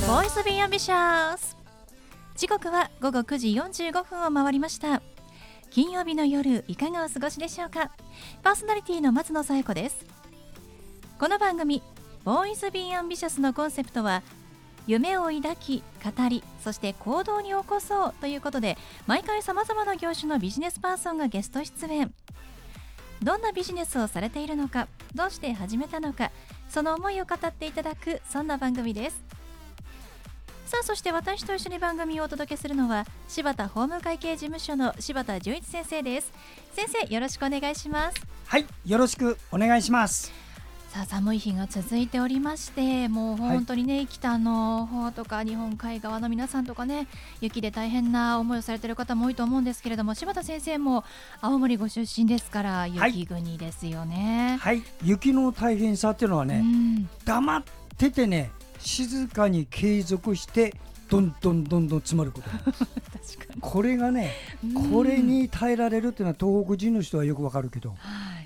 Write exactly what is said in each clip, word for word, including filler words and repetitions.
ボイスビーアンビシャス。時刻はごごくじよんじゅうごふんを回りました。金曜日の夜いかがお過ごしでしょうか。パーソナリティの松野紗友子です。この番組ボイスビーアンビシャスのコンセプトは、夢を抱き語り、そして行動に起こそうということで、毎回さまざまな業種のビジネスパーソンがゲスト出演。どんなビジネスをされているのか、どうして始めたのか、その思いを語っていただく、そんな番組です。さあ、そして私と一緒に番組をお届けするのは、柴田法務会計事務所の柴田純一先生です。先生、よろしくお願いします。 はい、よろしくお願いします。 さあ、寒い日が続いておりまして、もう本当にね、はい、北の方とか日本海側の皆さんとかね、雪で大変な思いをされている方も多いと思うんですけれども、柴田先生も青森ご出身ですから雪国ですよね。 はい、はい、雪の大変さっていうのはね、うん、黙っててね、静かに継続してどんどんどんどん詰まることなんです確かにこれがね、これに耐えられるっていうのは東北人の人はよくわかるけど、はい、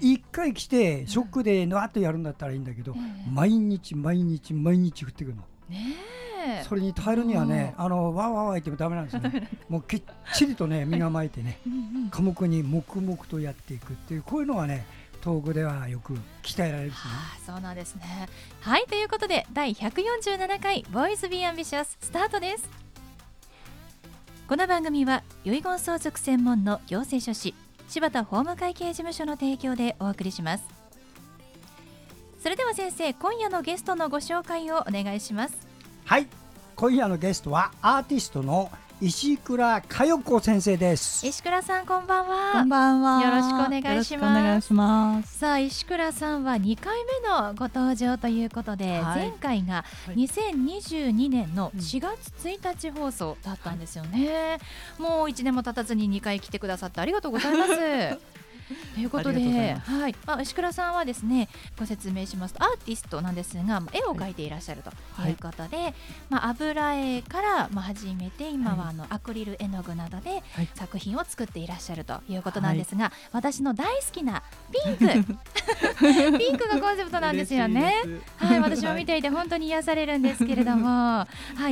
一回来てショックでわっとやるんだったらいいんだけど、うん、毎日毎日毎日降ってくるの、ね、それに耐えるにはね、あのわーわーわー言ってもダメなんですよねもうきっちりとね身構えてね寡黙に黙々とやっていくっていう、こういうのはね東北ではよく鍛えられるんですね。 はあ、そうなんですね。はい、ということでだいひゃくよんじゅうななかいボイスビーアンビシャススタートです。この番組は遺言相続専門の行政書士柴田法務会計事務所の提供でお送りします。それでは先生、今夜のゲストのご紹介をお願いします。 はい、今夜のゲストはアーティストの石倉佳代子先生です。 石倉さん、こんばんは。 こんばんは。 よろしくお願いします。 よろしくお願いします。 さあ、石倉さんはにかいめのご登場ということで、はい、前回がにせんにじゅうにねんのしがつついたち放送だったんですよね、はい、もういちねんも経たずににかい来てくださってありがとうございますということで、はい、まあ、石倉さんはですね、ご説明しますとアーティストなんですが、絵を描いていらっしゃるということで、はい、まあ、油絵からまあ始めて、今はあのアクリル絵の具などで作品を作っていらっしゃるということなんですが、はい、私の大好きなピンクピンクがコンセプトなんですよね。はい、私も見ていて本当に癒されるんですけれどもはい、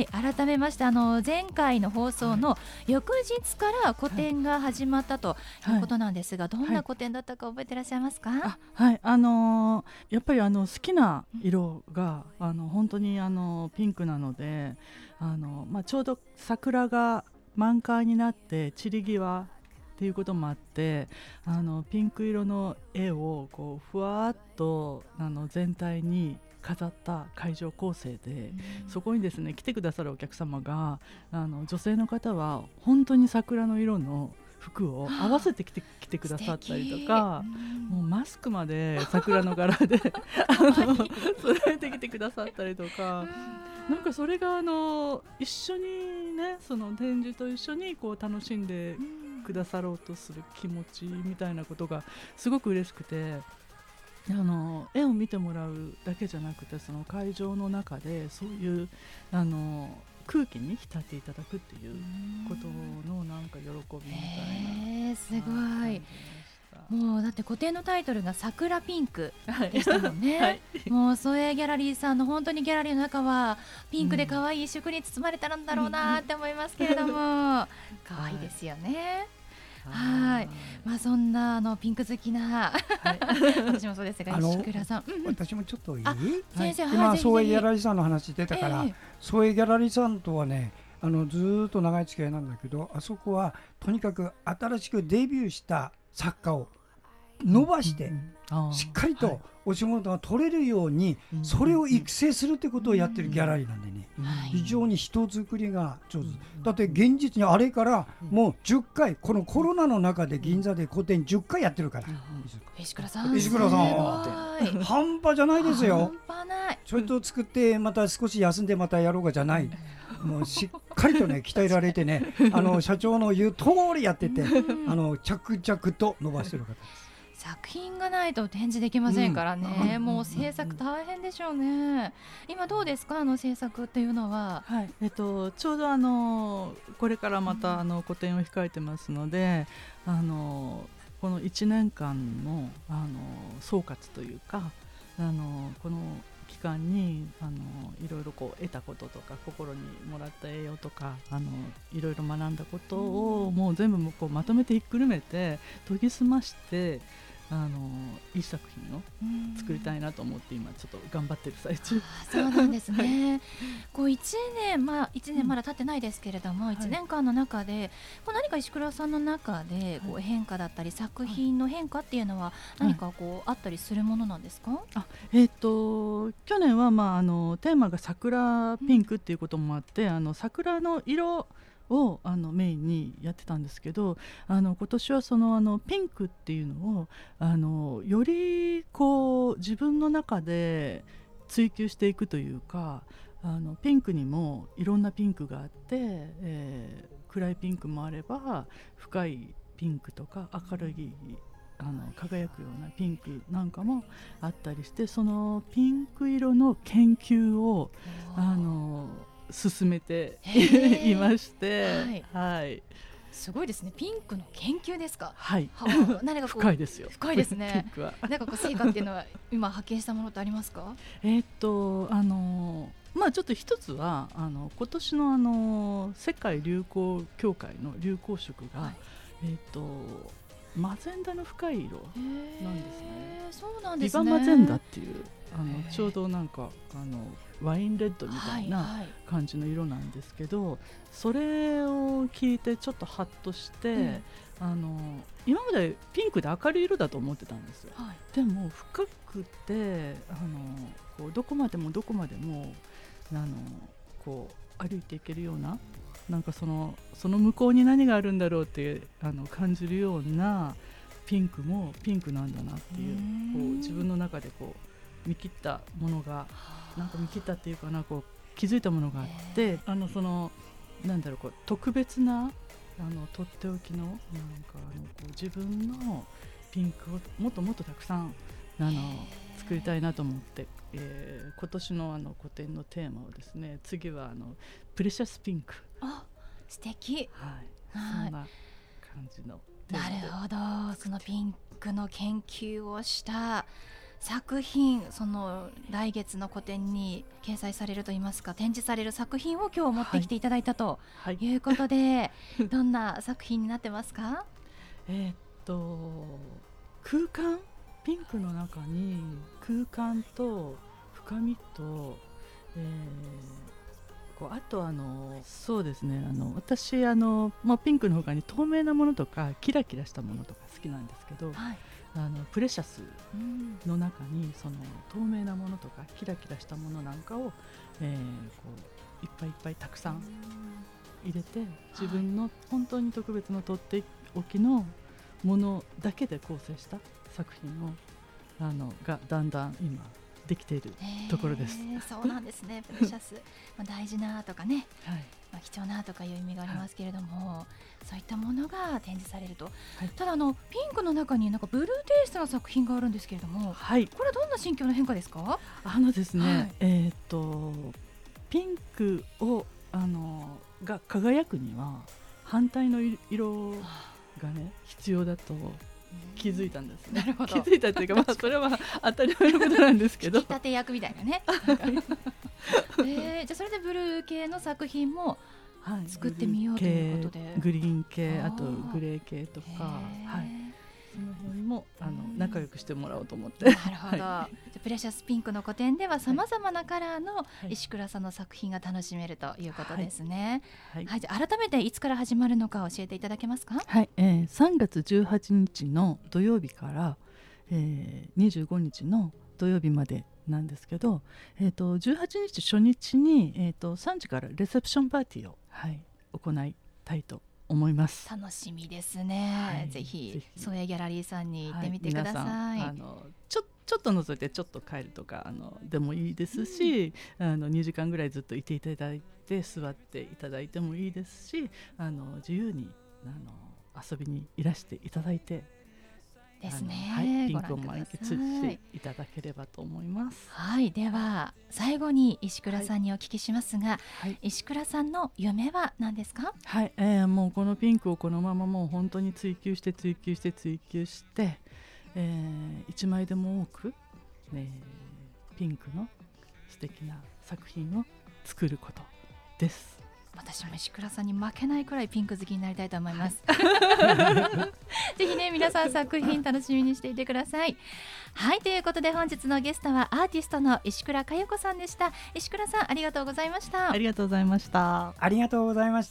改めまして、あの前回の放送の翌日から個展が始まったということなんですが、どんな個展だったか覚えてらっしゃいますか？ あ、はい、あのー、やっぱりあの好きな色が、うん、あの本当にあのピンクなので、あの、まあ、ちょうど桜が満開になって散り際っていうこともあって、あのピンク色の絵をこうふわっとあの全体に飾った会場構成で、うん、そこにですね来てくださるお客様が、あの女性の方は本当に桜の色の服を合わせてきてきてくださったりとか、もうマスクまで桜の柄であの揃えてきてくださったりとか、なんかそれがあの一緒にね、その展示と一緒にこう楽しんでくださろうとする気持ちみたいなことがすごく嬉しくて、あの絵を見てもらうだけじゃなくて、その会場の中でそういうあの空気に浸っていただくっていうことのなんか喜びみたいな、 えー、すごい。もうだって個展のタイトルが桜ピンクでしたもんね、はい、もうソエギャラリーさんの本当にギャラリーの中はピンクで可愛い一色に包まれたんだろうなって思いますけれども可愛いですよね。はい、まあ、そんなあのピンク好きな、はい、私もそうですが、石倉さん、うんうん、 私もちょっといい？ 先生、はい、 今ソエギャラリーさんの話出たから、えー、ソエギャラリーさんとはね、あのずっと長い付き合いなんだけど、あそこはとにかく新しくデビューした作家を伸ばして、うんうん、しっかりとお仕事が取れるように、はい、それを育成するってことをやってるギャラリーなんでね、うん、非常に人作りが上手、うん、だって現実にあれからもうじゅっかい、このコロナの中で銀座で個展じゅっかいやってるから、うん、 石倉さん石倉さん半端じゃないですよ。 半端ない。 ちょっと作ってまた少し休んでまたやろうかじゃない、もうしっかりとね鍛えられてねあの社長の言う通りやっててあの着々と伸ばしてる方です。 作品がないと展示できませんからね、うん、もう制作大変でしょうね。今どうですか、あの制作っていうのは？ はい、えっと、ちょうどあのこれからまたあの個展を控えてますので、あのこのいちねんかんの、あの総括というか、あのこの期間にあのいろいろこう得たこととか心にもらった栄養とかあのいろいろ学んだことをもう全部こうまとめてひっくるめて研ぎ澄ましてあのいい作品を作りたいなと思って今ちょっと頑張ってる最中。 そうなんですねこういちねん、まあ、いちねんまだ経ってないですけれども、うん、いちねんかんの中でこう何か石倉さんの中でこう変化だったり作品の変化っていうのは何かこうあったりするものなんですか？ あ、えー、と去年は、まあ、あのテーマが桜ピンクっていうこともあって、うん、あの桜の色をあのメインにやってたんですけど、あの今年はそのあのピンクっていうのをあのよりこう自分の中で追求していくというか、あのピンクにもいろんなピンクがあって、えー、暗いピンクもあれば深いピンクとか明るいあの輝くようなピンクなんかもあったりして、そのピンク色の研究をあの進めていまして、はいはい、 すごいですね。ピンクの研究ですか？ はい、 は何かこう深いですよ。 深いですね。 ピンクはなんかこう成果っていうのは今発見したものってありますか？ えーっとあのまあちょっと一つはあの今年のあの世界流行協会の流行色が、はい、えーっとマゼンダの深い色なんですね。 そうなんですね。 ビバマゼンダっていうあのちょうどなんかあのワインレッドみたいな感じの色なんですけど、はいはい、それを聞いてちょっとハッとして、うん、あの今までピンクで明るい色だと思ってたんですよ、はい、でも深くてあのこうどこまでもどこまでもあのこう歩いていけるような、なんかその、その向こうに何があるんだろうってあの感じるようなピンクもピンクなんだなっていう、こう自分の中でこう見切ったものがなんか見切ったっていうかな、こう気づいたものがあって、あのそのなんだろう、こう特別なあのとっておきのなんかあのこう自分のピンクをもっともっとたくさんあの作りたいなと思って、えー、今年のあの個展のテーマをですね、次はあのプレシャスピンク。 あ、素敵。 はい、はい、そんな感じのテーマで。 なるほど、そのピンクの研究をした作品、その来月の個展に掲載されるといいますか展示される作品を今日持ってきていただいたということで、はいはい、どんな作品になってますか？ えーっと空間、ピンクの中に空間と深みと、えー、こうあとあのそうですね、あの私あの、まあ、ピンクの他に透明なものとかキラキラしたものとか好きなんですけど、はい、あのプレシャスの中にその透明なものとかキラキラしたものなんかを、えー、こういっぱいいっぱいたくさん入れて、自分の本当に特別のとっておきのものだけで構成した作品をあのがだんだん今できているところです。 そうなんですね。プレシャスまあ大事なとかね、はい、まあ、貴重なとかいう意味がありますけれども、はい、そういったものが展示されると、はい、ただあのピンクの中になんかブルーテイストの作品があるんですけれども、はい、これはどんな心境の変化ですか？ あのですね、はい、えー、っとピンクをあのが輝くには反対の色がね必要だと気づいたんですね。なるほど。気づいたっていうか、まあ、それは当たり前のことなんですけど、 引き立て役みたいなねえー、じゃあそれでブルー系の作品も作ってみようということで、 グリーン系、あとグレー系とか、はい、その辺もあの仲良くしてもらおうと思って。なるほど、はい、じゃプレシャスピンクの個展ではさまざまなカラーの石倉さんの作品が楽しめるということですね。はいはいはい、じゃ改めていつから始まるのか教えていただけますか？ はい、えー、さんがつじゅうはちにちの土曜日から、えー、にじゅうごにちの土曜日までなんですけど、えー、とじゅうはちにち初日に、えー、とさんじからレセプションパーティーを、はい、行いたいと思います。 楽しみですね。はい、ぜひソエギャラリーさんに行ってみてください。はい、 あのちょちょっと覗いてちょっと帰るとかあのでもいいですし、うん、あのにじかんぐらいずっといていただいて座っていただいてもいいですし、あの自由にあの遊びにいらしていただいてですね、 はい、ピンクを満喫していただければと思います。 はい、では最後に石倉さんにお聞きしますが、はい、石倉さんの夢は何ですか？ はい、えー、もうこのピンクをこのままもう本当に追求して追求して追求して、えー、いちまいでも多く、えー、ピンクの素敵な作品を作ることです。 私も石倉さんに負けないくらいピンク好きになりたいと思います、ぜひね皆さん作品楽しみにしていてください。はい、ということで本日のゲストはアーティストの石倉佳代子さんでした。石倉さんありがとうございました。 ありがとうございました。 ありがとうございました。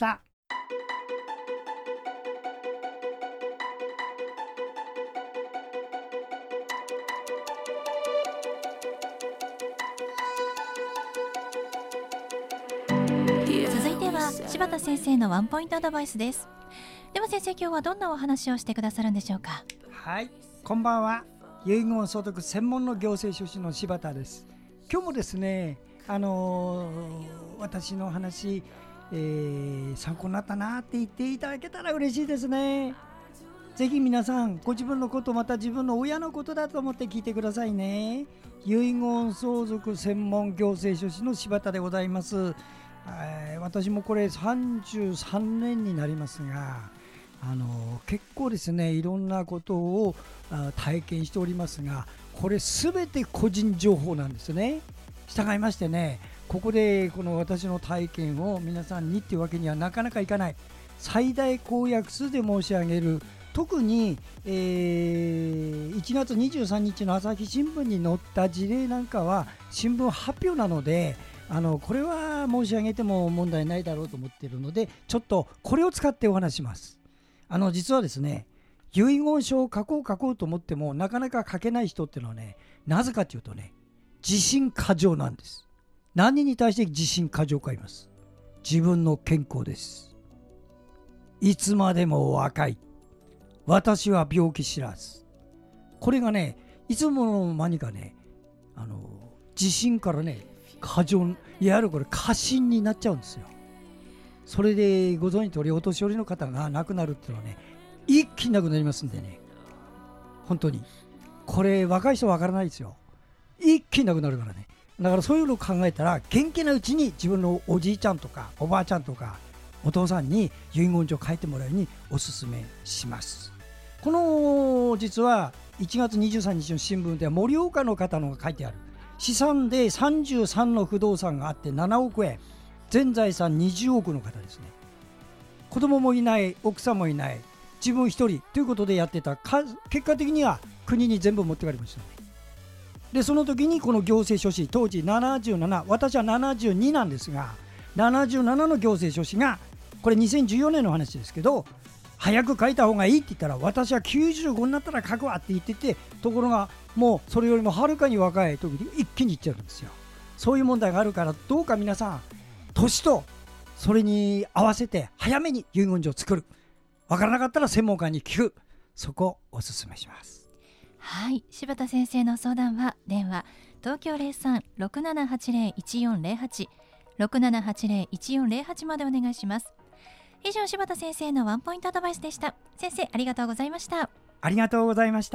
柴田先生のワンポイントアドバイスです。では先生、今日はどんなお話をしてくださるんでしょうか。 はい、こんばんは。遺言相続専門の行政書士の柴田です。今日もですね、あのー、私の話、えー、参考になったなって言っていただけたら嬉しいですね。ぜひ皆さんご自分のこと、また自分の親のことだと思って聞いてくださいね。遺言相続専門行政書士の柴田でございます。私もこれさんじゅうさんねんになりますが、あの結構ですねいろんなことを体験しておりますが、これすべて個人情報なんですね。従いましてね、ここでこの私の体験を皆さんにっていうわけにはなかなかいかない。最大公約数で申し上げる。特に、えー、いちがつにじゅうさんにちの朝日新聞に載った事例なんかは新聞発表なので、あのこれは申し上げても問題ないだろうと思っているので、ちょっとこれを使ってお話します。あの実はですね、遺言書を書こう書こうと思ってもなかなか書けない人っていうのはね、なぜかというとね、自信過剰なんです。何に対して自信過剰か言います。自分の健康です。いつまでも若い。私は病気知らず。これがね、いつもの間にかね、あの自信からね、過剰、いわゆるこれ過信になっちゃうんですよ。それでご存知通りお年寄りの方が亡くなるっていうのはね、一気に亡くなりますんでね、本当にこれ若い人はわからないですよ。一気に亡くなるからね。だからそういうのを考えたら、元気なうちに自分のおじいちゃんとかおばあちゃんとかお父さんに遺言書を書いてもらうようにお勧めします。この実はいちがつにじゅうさんにちの新聞では盛岡の方のが書いてある。資産でさんじゅうさんの不動産があってななおくえん、全財産にじゅうおくの方ですね。子供もいない、奥さんもいない、自分一人ということでやってた。結果的には国に全部持ってかれましたね。でその時にこの行政書士、当時ななじゅうなな、私はななじゅうになんですが、ななじゅうななの行政書士が、これにせんじゅうよねんの話ですけど、早く書いた方がいいって言ったら、私はきゅうじゅうごになったら書くわって言ってて、ところがもうそれよりもはるかに若い時に一気にいっちゃうんですよ。そういう問題があるから、どうか皆さん年とそれに合わせて早めに遺言書を作る。わからなかったら専門家に聞く。そこをお勧めします。 はい、柴田先生の相談は電話東京 ゼロさん ろくななはちゼロ いちよんゼロはち ろくななはちゼロ いちよんゼロはちまでお願いします。以上、柴田先生のワンポイントアドバイスでした。先生ありがとうございました。 ありがとうございました。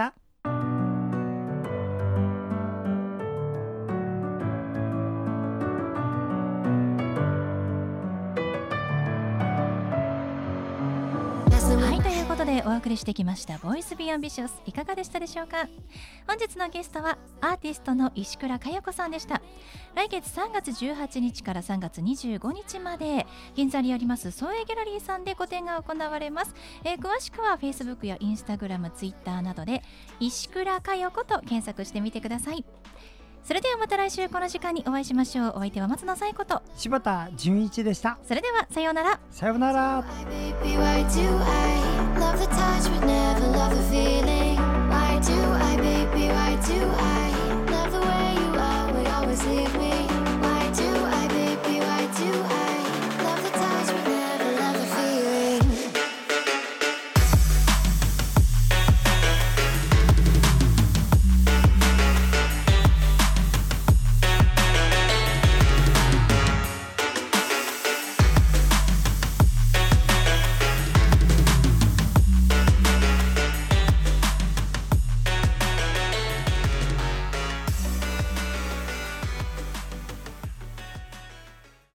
はい、ということでお送りしてきましたボイスビーアンビシャス、いかがでしたでしょうか。本日のゲストはアーティストの石倉佳代子さんでした。来月さんがつじゅうはちにちからさんがつにじゅうごにちまで銀座にあります創営ギャラリーさんで個展が行われます。えー、詳しくは Facebook や Instagram、Twitter などで石倉佳代子と検索してみてください。それではまた来週この時間にお会いしましょう。お相手は松野紗友子と柴田純一でした。 それではさようなら。 さようなら。 Love the touch but never love the feeling. Why do I, baby, why do I?